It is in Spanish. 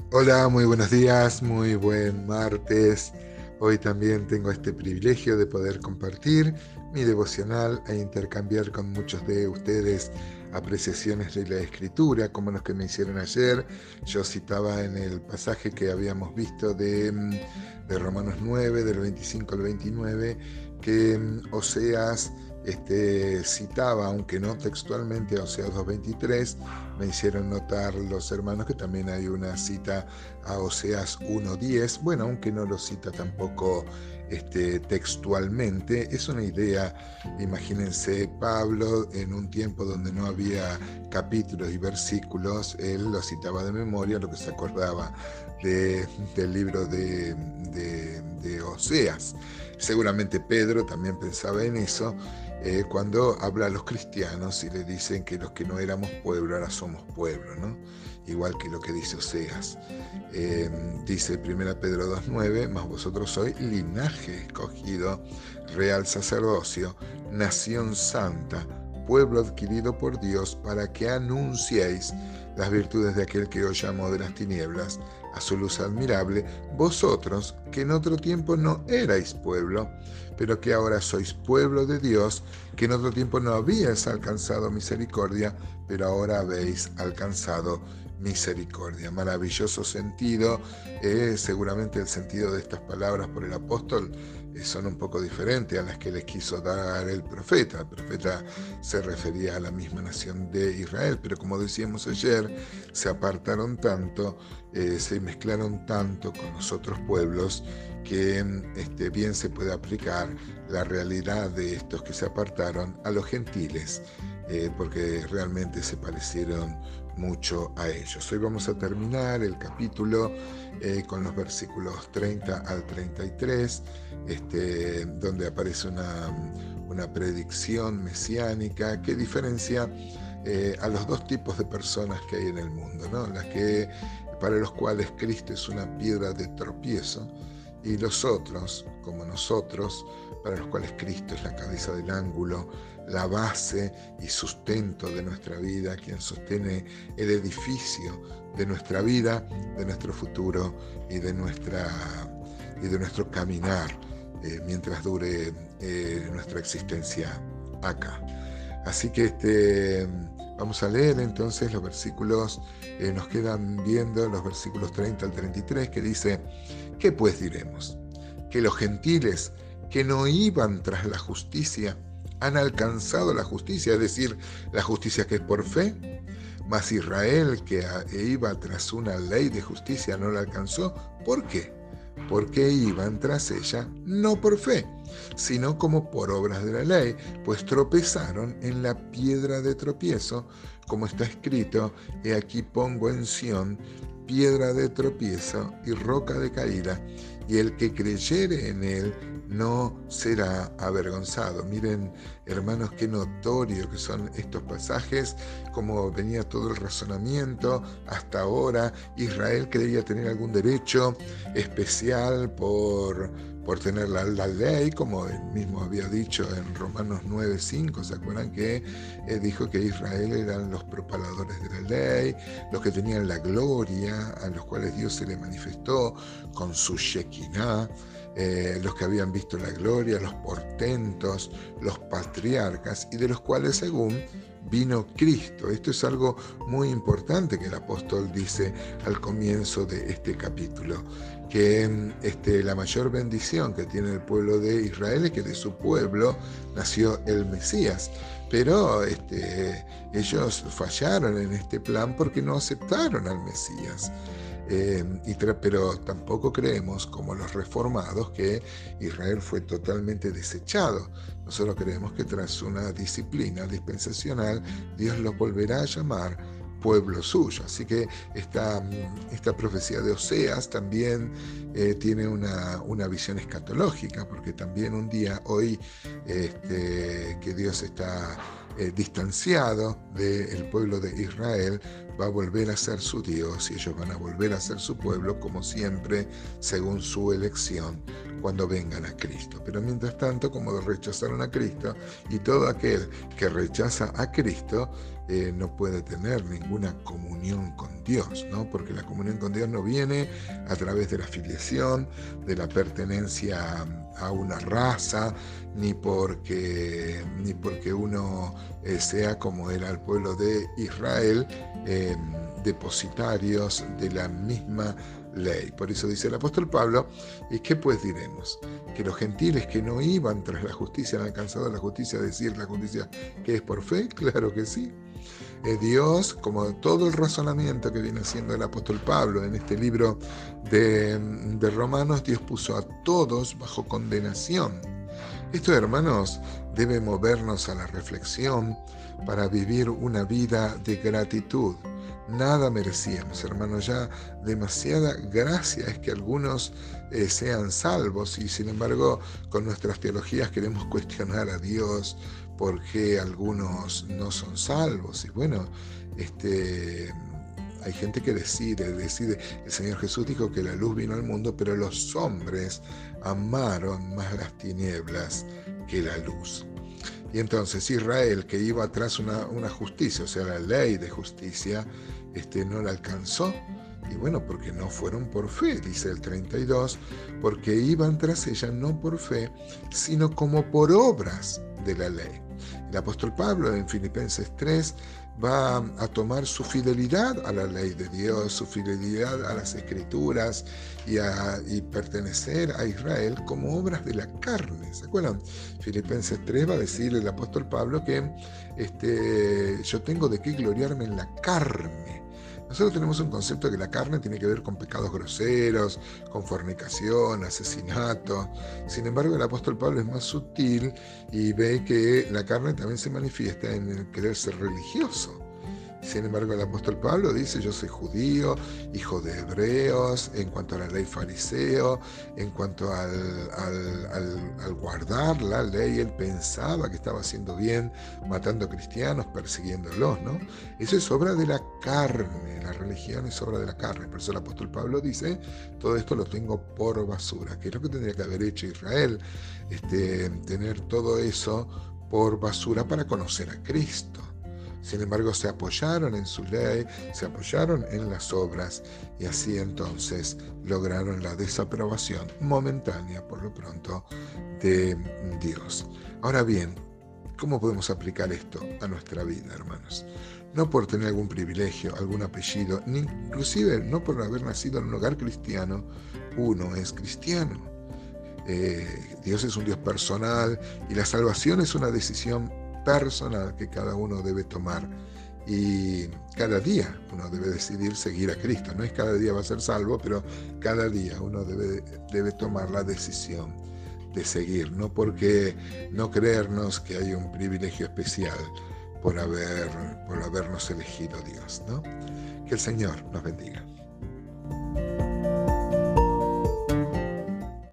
Hola, muy buenos días, muy buen martes. Hoy también tengo este privilegio de poder compartir mi devocional e intercambiar con muchos de ustedes apreciaciones de la escritura, como los que me hicieron ayer. Yo citaba en el pasaje que habíamos visto de Romanos 9, del 25 al 29, que Oseas citaba, aunque no textualmente, a Oseas 2:23. Me hicieron notar los hermanos que también hay una cita a Oseas 1:10, bueno, aunque no lo cita tampoco textualmente, es una idea. Imagínense Pablo en un tiempo donde no había capítulos y versículos, él lo citaba de memoria, lo que se acordaba del libro de Oseas. Seguramente Pedro también pensaba en eso, cuando habla a los cristianos y le dicen que los que no éramos pueblo ahora somos pueblo, ¿no? Igual que lo que dice Oseas. Dice 1 Pedro 2:9, mas vosotros sois linaje escogido, real sacerdocio, nación santa, pueblo adquirido por Dios, para que anunciéis las virtudes de aquel que os llamó de las tinieblas a su luz admirable, vosotros que en otro tiempo no erais pueblo, pero que ahora sois pueblo de Dios, que en otro tiempo no habíais alcanzado misericordia, pero ahora habéis alcanzado misericordia. Maravilloso sentido. Seguramente el sentido de estas palabras por el apóstol son un poco diferentes a las que les quiso dar el profeta. El profeta se refería a la misma nación de Israel, pero como decíamos ayer, se apartaron tanto, se mezclaron tanto con los otros pueblos, que bien se puede aplicar la realidad de estos que se apartaron a los gentiles, porque realmente se parecieron mucho a ellos. Hoy vamos a terminar el capítulo con los versículos 30 al 33, donde aparece una predicción mesiánica que diferencia a los dos tipos de personas que hay en el mundo, ¿no? Para los cuales Cristo es una piedra de tropiezo, y los otros, como nosotros, para los cuales Cristo es la cabeza del ángulo, la base y sustento de nuestra vida, quien sostiene el edificio de nuestra vida, de nuestro futuro y de nuestro caminar, mientras dure nuestra existencia acá. Así que vamos a leer entonces los versículos, nos quedan viendo los versículos 30 al 33, que dice: ¿qué pues diremos? ¿Que los gentiles que no iban tras la justicia han alcanzado la justicia, es decir, la justicia que es por fe? Mas Israel, que iba tras una ley de justicia, no la alcanzó. ¿Por qué? Porque iban tras ella no por fe, sino como por obras de la ley, pues tropezaron en la piedra de tropiezo, como está escrito: he aquí pongo en Sión piedra de tropiezo y roca de caída, y el que creyere en él no será avergonzado. Miren, hermanos, qué notorio que son estos pasajes, como venía todo el razonamiento hasta ahora. Israel creía tener algún derecho especial por tener la ley, como él mismo había dicho en Romanos 9:5. ¿Se acuerdan que dijo que Israel eran los propaladores de la ley, los que tenían la gloria, a los cuales Dios se le manifestó con su Shekinah, los que habían visto la gloria, los portentos, los patriarcas, y de los cuales según vino Cristo? Esto es algo muy importante que el apóstol dice al comienzo de este capítulo, que la mayor bendición que tiene el pueblo de Israel es que de su pueblo nació el Mesías. Pero ellos fallaron en este plan porque no aceptaron al Mesías. Pero tampoco creemos, como los reformados, que Israel fue totalmente desechado. Nosotros creemos que tras una disciplina dispensacional, Dios los volverá a llamar pueblo suyo. Así que esta profecía de Oseas también tiene una visión escatológica, porque también un día, hoy, que Dios está distanciado del pueblo de Israel, va a volver a ser su Dios, y ellos van a volver a ser su pueblo, como siempre, según su elección, cuando vengan a Cristo. Pero mientras tanto, como rechazaron a Cristo, y todo aquel que rechaza a Cristo no puede tener ninguna comunión con Dios, ¿no? Porque la comunión con Dios no viene a través de la filiación, de la pertenencia a una raza, ni porque uno sea como era el pueblo de Israel, depositarios de la misma ley. Por eso dice el apóstol Pablo, ¿y qué pues diremos? Que los gentiles que no iban tras la justicia han alcanzado la justicia, decir la justicia que es por fe. Claro que sí. Dios, como todo el razonamiento que viene haciendo el apóstol Pablo en este libro de Romanos, Dios puso a todos bajo condenación. Esto, hermanos, debe movernos a la reflexión para vivir una vida de gratitud. Nada merecíamos, hermanos, ya demasiada gracia es que algunos sean salvos, y sin embargo con nuestras teologías queremos cuestionar a Dios por qué algunos no son salvos. Y bueno, hay gente que decide. El Señor Jesús dijo que la luz vino al mundo, pero los hombres amaron más las tinieblas que la luz. Y entonces Israel, que iba tras una justicia, o sea, la ley de justicia, no la alcanzó. Y bueno, porque no fueron por fe, dice el 32, porque iban tras ella no por fe, sino como por obras de la ley. El apóstol Pablo en Filipenses 3 va a tomar su fidelidad a la ley de Dios, su fidelidad a las Escrituras y pertenecer a Israel como obras de la carne. ¿Se acuerdan? Filipenses 3 va a decir el apóstol Pablo que yo tengo de qué gloriarme en la carne. Nosotros tenemos un concepto que la carne tiene que ver con pecados groseros, con fornicación, asesinato. Sin embargo, el apóstol Pablo es más sutil y ve que la carne también se manifiesta en el querer ser religioso. Sin embargo, el apóstol Pablo dice: yo soy judío, hijo de hebreos, en cuanto a la ley fariseo, en cuanto al guardar la ley, él pensaba que estaba haciendo bien, matando cristianos, persiguiéndolos, ¿no? Eso es obra de la carne, la religión es obra de la carne. Por eso el apóstol Pablo dice: todo esto lo tengo por basura, que es lo que tendría que haber hecho Israel, tener todo eso por basura para conocer a Cristo. Sin embargo, se apoyaron en su ley, se apoyaron en las obras, y así entonces lograron la desaprobación momentánea, por lo pronto, de Dios. Ahora bien, ¿cómo podemos aplicar esto a nuestra vida, hermanos? No por tener algún privilegio, algún apellido, ni inclusive no por haber nacido en un hogar cristiano, uno es cristiano. Dios es un Dios personal y la salvación es una decisión personal que cada uno debe tomar, y cada día uno debe decidir seguir a Cristo. No es cada día va a ser salvo, pero cada día uno debe tomar la decisión de seguir, no porque no creernos que hay un privilegio especial por habernos elegido Dios, ¿no? Que el Señor nos bendiga.